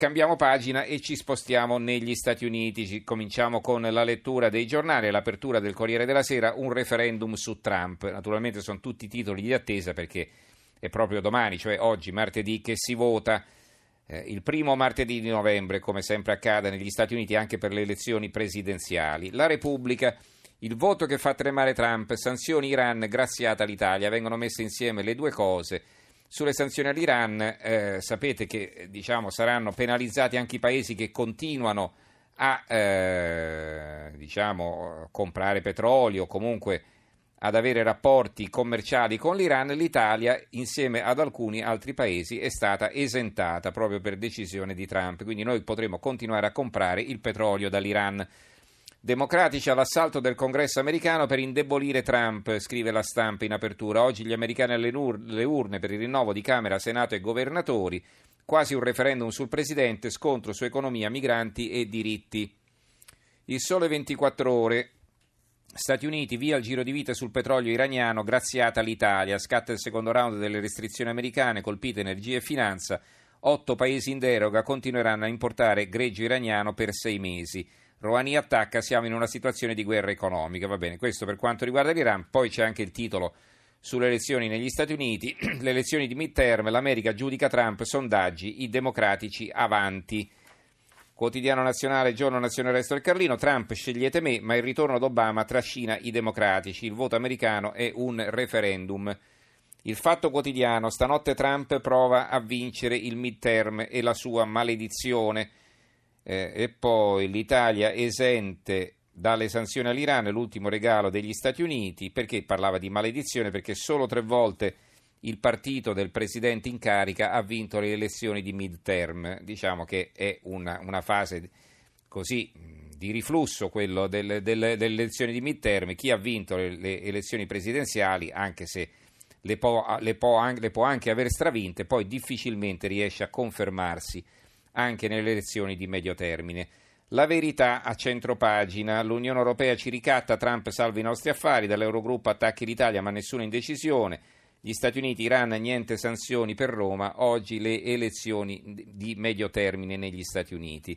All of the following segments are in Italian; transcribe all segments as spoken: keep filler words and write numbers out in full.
Cambiamo pagina e ci spostiamo negli Stati Uniti. Ci cominciamo con la lettura dei giornali, l'apertura del Corriere della Sera, un referendum su Trump. Naturalmente sono tutti titoli di attesa perché è proprio domani, cioè oggi, martedì, che si vota. Eh, il primo martedì di novembre, come sempre accade negli Stati Uniti anche per le elezioni presidenziali. La Repubblica, il voto che fa tremare Trump, sanzioni Iran, graziata l'Italia. Vengono messe insieme le due cose. Sulle sanzioni all'Iran eh, sapete che diciamo, saranno penalizzati anche i paesi che continuano a eh, diciamo, comprare petrolio o comunque ad avere rapporti commerciali con l'Iran. L'Italia, insieme ad alcuni altri paesi, è stata esentata proprio per decisione di Trump. Quindi noi potremo continuare a comprare il petrolio dall'Iran. Democratici all'assalto del Congresso americano per indebolire Trump, scrive La Stampa in apertura. Oggi gli americani alle urne per il rinnovo di Camera, Senato e governatori. Quasi un referendum sul presidente, scontro su economia, migranti e diritti. Il Sole ventiquattro Ore. Stati Uniti, via il giro di vite sul petrolio iraniano, graziata l'Italia. Scatta il secondo round delle restrizioni americane, colpite energia e finanza. Otto paesi in deroga continueranno a importare greggio iraniano per sei mesi. Rouhani attacca, siamo in una situazione di guerra economica. Va bene, questo per quanto riguarda l'Iran. Poi c'è anche il titolo sulle elezioni negli Stati Uniti, le elezioni di midterm, l'America giudica Trump, sondaggi, i democratici avanti. Quotidiano Nazionale, Giorno Nazione, Resto del Carlino, Trump scegliete me, ma il ritorno d'Obama trascina i democratici, il voto americano è un referendum. Il Fatto Quotidiano, stanotte Trump prova a vincere il midterm e la sua maledizione. Eh, e poi l'Italia esente dalle sanzioni all'Iran, l'ultimo regalo degli Stati Uniti. Perché parlava di maledizione? Perché solo tre volte il partito del presidente in carica ha vinto le elezioni di midterm. Diciamo che è una, una fase così di riflusso quello delle, delle, delle elezioni di midterm. Chi ha vinto le, le elezioni presidenziali, anche se le può, le, può, le può anche aver stravinte, poi difficilmente riesce a confermarsi anche nelle elezioni di medio termine. La Verità a centropagina, l'Unione Europea ci ricatta, Trump salva i nostri affari, dall'Eurogruppo attacchi l'Italia ma nessuna indecisione, gli Stati Uniti, Iran, niente sanzioni per Roma, oggi le elezioni di medio termine negli Stati Uniti.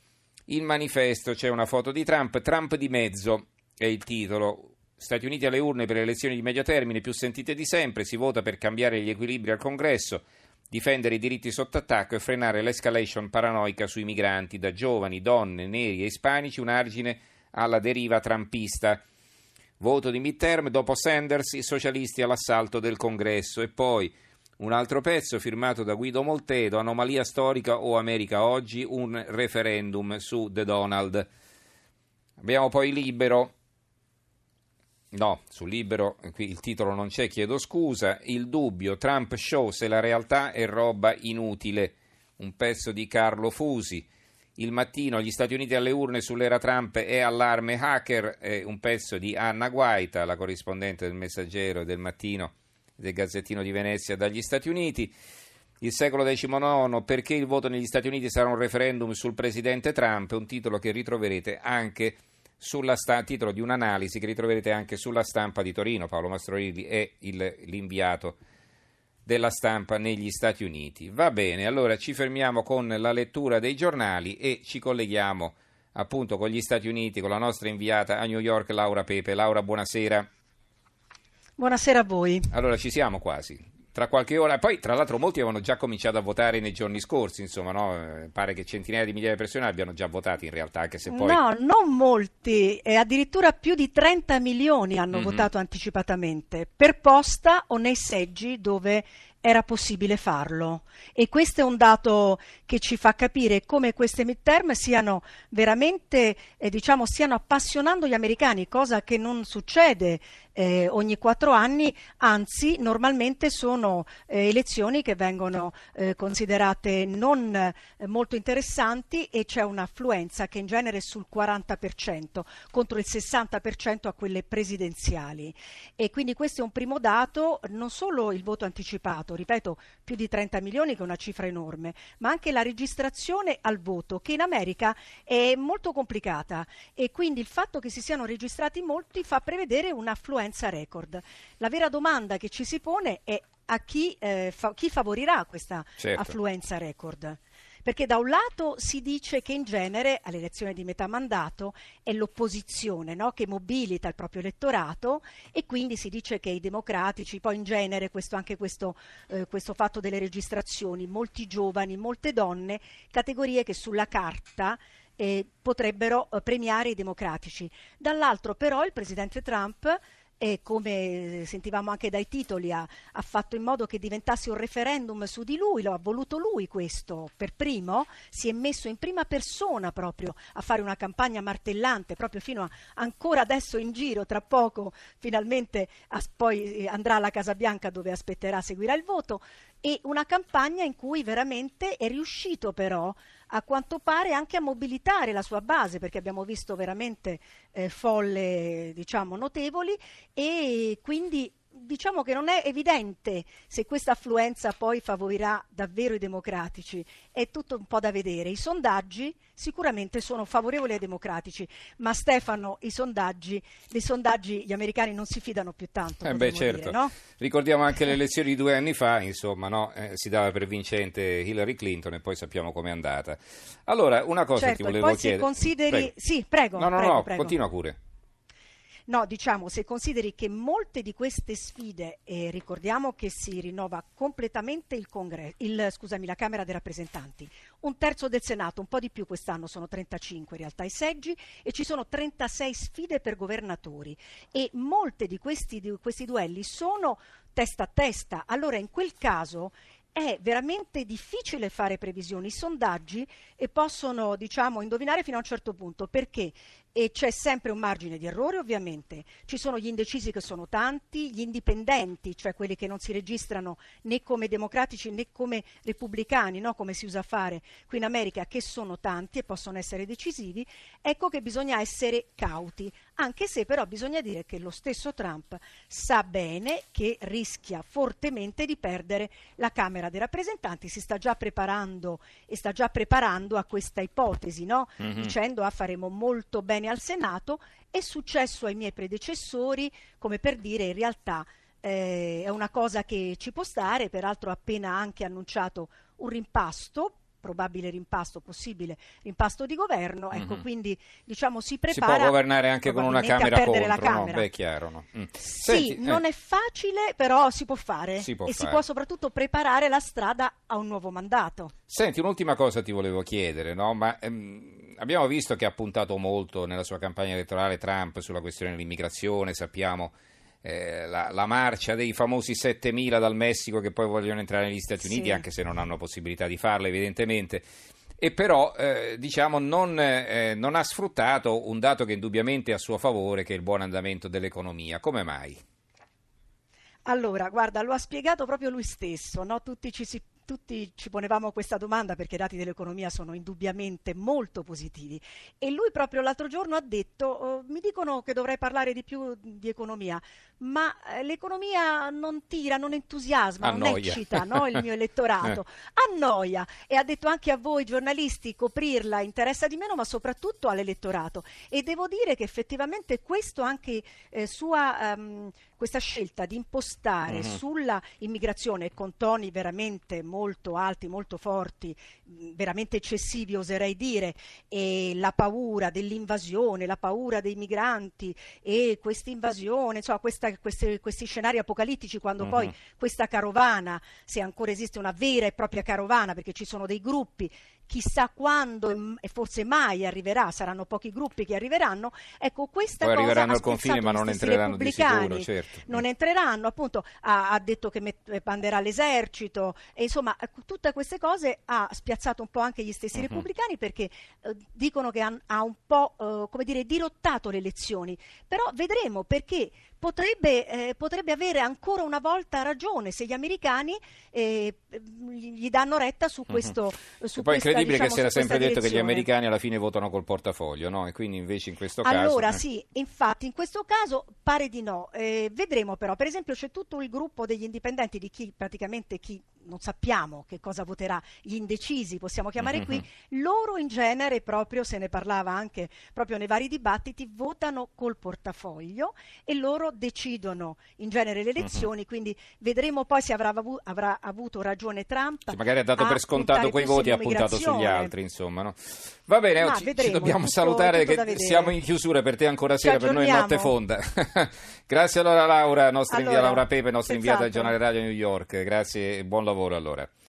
Il Manifesto, c'è una foto di Trump, Trump di mezzo è il titolo. Stati Uniti alle urne per le elezioni di medio termine più sentite di sempre, si vota per cambiare gli equilibri al Congresso, difendere i diritti sotto attacco e frenare l'escalation paranoica sui migranti, da giovani, donne, neri e ispanici, un argine alla deriva trumpista. Voto di midterm, dopo Sanders, i socialisti all'assalto del Congresso. E poi un altro pezzo firmato da Guido Moltedo, anomalia storica o America oggi, un referendum su The Donald. Abbiamo poi Libero. No, sul Libero, qui il titolo non c'è, chiedo scusa. Il Dubbio, Trump show se la realtà è roba inutile, un pezzo di Carlo Fusi. Il Mattino, gli Stati Uniti alle urne sull'era Trump e allarme hacker, è un pezzo di Anna Guaita, la corrispondente del Messaggero e del Mattino, del Gazzettino di Venezia dagli Stati Uniti. Il Secolo diciannove, perché il voto negli Stati Uniti sarà un referendum sul presidente Trump, un titolo che ritroverete anche sulla sta- titolo di un'analisi che ritroverete anche sulla Stampa di Torino. Paolo Mastrorilli è il, l'inviato della Stampa negli Stati Uniti. Va bene, allora ci fermiamo con la lettura dei giornali e ci colleghiamo appunto con gli Stati Uniti, con la nostra inviata a New York, Laura Pepe. Laura, buonasera. Buonasera a voi. Allora, ci siamo quasi. Tra qualche ora, poi tra l'altro molti avevano già cominciato a votare nei giorni scorsi, insomma, no? Pare che centinaia di migliaia di persone abbiano già votato in realtà, anche se poi... No, non molti, e addirittura più di trenta milioni hanno Mm-hmm. votato anticipatamente, per posta o nei seggi dove era possibile farlo. E questo è un dato che ci fa capire come queste midterm siano veramente, eh, diciamo, stiano appassionando gli americani, cosa che non succede eh, ogni quattro anni, anzi normalmente sono eh, elezioni che vengono eh, considerate non eh, molto interessanti e c'è un'affluenza che in genere è sul quaranta per cento contro il sessanta per cento a quelle presidenziali. E quindi questo è un primo dato, non solo il voto anticipato, ripeto, più di trenta milioni, che è una cifra enorme, ma anche la registrazione al voto, che in America è molto complicata, e quindi il fatto che si siano registrati molti fa prevedere un'affluenza record. La vera domanda che ci si pone è a chi, eh, fa- chi favorirà questa Certo. affluenza record. perché da un lato si dice che in genere all'elezione di metà mandato è l'opposizione, no? Che mobilita il proprio elettorato, e quindi si dice che i democratici, poi in genere questo, anche questo, eh, questo fatto delle registrazioni, molti giovani, molte donne, categorie che sulla carta eh, potrebbero eh, premiare i democratici. Dall'altro però il presidente Trump, e come sentivamo anche dai titoli, ha, ha fatto in modo che diventasse un referendum su di lui, lo ha voluto lui questo per primo, si è messo in prima persona proprio a fare una campagna martellante, proprio fino a ancora adesso in giro, tra poco finalmente a, poi andrà alla Casa Bianca dove aspetterà, seguirà il voto, e una campagna in cui veramente è riuscito però a quanto pare anche a mobilitare la sua base, perché abbiamo visto veramente eh, folle, diciamo, notevoli, e quindi diciamo che non è evidente se questa affluenza poi favorirà davvero i democratici, è tutto un po' da vedere. I sondaggi sicuramente sono favorevoli ai democratici, ma Stefano, i sondaggi, dei sondaggi gli americani non si fidano più tanto. Eh beh, certo. Dire, no? Ricordiamo anche le elezioni di due anni fa, insomma, no? eh, si dava per vincente Hillary Clinton e poi sappiamo com'è andata. Allora, una cosa certo, ti volevo poi chiedere. Se consideri... Prego. Sì, prego. No, no, prego, no, prego. continua pure. No, diciamo, se consideri che molte di queste sfide, e ricordiamo che si rinnova completamente il Congresso, il, scusami, la Camera dei rappresentanti, un terzo del Senato, un po' di più quest'anno, sono trentacinque in realtà i seggi, e ci sono trentasei sfide per governatori, e molte di questi, di questi duelli sono testa a testa. Allora in quel caso è veramente difficile fare previsioni. I sondaggi e possono, diciamo, indovinare fino a un certo punto, perché e c'è sempre un margine di errore, ovviamente. Ci sono gli indecisi, che sono tanti, gli indipendenti, cioè quelli che non si registrano né come democratici né come repubblicani, no? Come si usa fare qui in America, che sono tanti e possono essere decisivi. Ecco che bisogna essere cauti, anche se però bisogna dire che lo stesso Trump sa bene che rischia fortemente di perdere la Camera dei rappresentanti, si sta già preparando e sta già preparando a questa ipotesi, no? Mm-hmm. Dicendo ah, faremo molto bene al Senato. È successo ai miei predecessori, come per dire, in realtà eh, è una cosa che ci può stare. Peraltro ha appena anche annunciato un rimpasto, probabile rimpasto, possibile rimpasto di governo, ecco, mm-hmm. Quindi diciamo si prepara. Si può governare anche con una Camera contro, la Camera. No? Beh, chiaro, no? Mm. Sì, Senti, non eh. è facile, però si può fare si può e fare. Si può soprattutto preparare la strada a un nuovo mandato. Senti, un'ultima cosa ti volevo chiedere, no? Ma ehm, abbiamo visto che ha puntato molto nella sua campagna elettorale Trump sulla questione dell'immigrazione, sappiamo eh, la, la marcia dei famosi settemila dal Messico che poi vogliono entrare negli Stati Uniti, sì. Anche se non hanno possibilità di farlo evidentemente. E però eh, diciamo non, eh, non ha sfruttato un dato che indubbiamente è a suo favore, che è il buon andamento dell'economia. Come mai? Allora, guarda, lo ha spiegato proprio lui stesso, no? Tutti ci si Tutti ci ponevamo questa domanda perché i dati dell'economia sono indubbiamente molto positivi, e lui proprio l'altro giorno ha detto oh, mi dicono che dovrei parlare di più di economia, ma eh, l'economia non tira, non entusiasma, Annoia. Non eccita, no, il mio elettorato, annoia, e ha detto anche a voi giornalisti coprirla interessa di meno, ma soprattutto all'elettorato, e devo dire che effettivamente questo anche eh, sua um, questa scelta di impostare mm-hmm. sulla immigrazione con toni veramente molto alti, molto forti, veramente eccessivi oserei dire, e la paura dell'invasione, la paura dei migranti e questa invasione, insomma questa, queste, questi scenari apocalittici, quando mm-hmm. poi questa carovana, se ancora esiste una vera e propria carovana, perché ci sono dei gruppi, chissà quando e forse mai arriverà, saranno pochi gruppi che arriveranno, ecco questa poi cosa arriveranno ha al confine ma non entreranno di sicuro, certo. Non entreranno, appunto, ha, ha detto che met- manderà l'esercito, e insomma tutte queste cose ha spiazzato un po' anche gli stessi uh-huh. repubblicani, perché eh, dicono che ha, ha un po' eh, come dire dirottato le elezioni, però vedremo, perché potrebbe, eh, potrebbe avere ancora una volta ragione se gli americani eh, gli danno retta su questo uh-huh. su e poi questa, è incredibile, diciamo, che si era sempre detto direzione. Che gli americani alla fine votano col portafoglio, no? E quindi invece in questo allora, caso allora eh. sì, infatti in questo caso pare di no, eh, vedremo però, per esempio c'è tutto il gruppo degli indipendenti, di chi praticamente chi non sappiamo che cosa voterà, gli indecisi possiamo chiamare Mhm. qui, loro in genere, proprio se ne parlava anche proprio nei vari dibattiti, votano col portafoglio e loro decidono in genere le Mhm. elezioni, quindi vedremo poi se avrà, avu- avrà avuto ragione Trump Che magari ha dato a per scontato puntare quei più voti e ha puntato sull'immigrazione. sugli altri, insomma, no? Va bene, Ma ci, ci vedremo, dobbiamo è tutto- salutare è tutto che da vedere. siamo in chiusura, per te ancora Ci sera, per noi è notte aggiorniamo. fonda. Grazie allora Laura, nostra invia- Allora, Laura Pepe, nostra inviata al senz'altro. giornale radio New York, grazie e buon lavoro allora.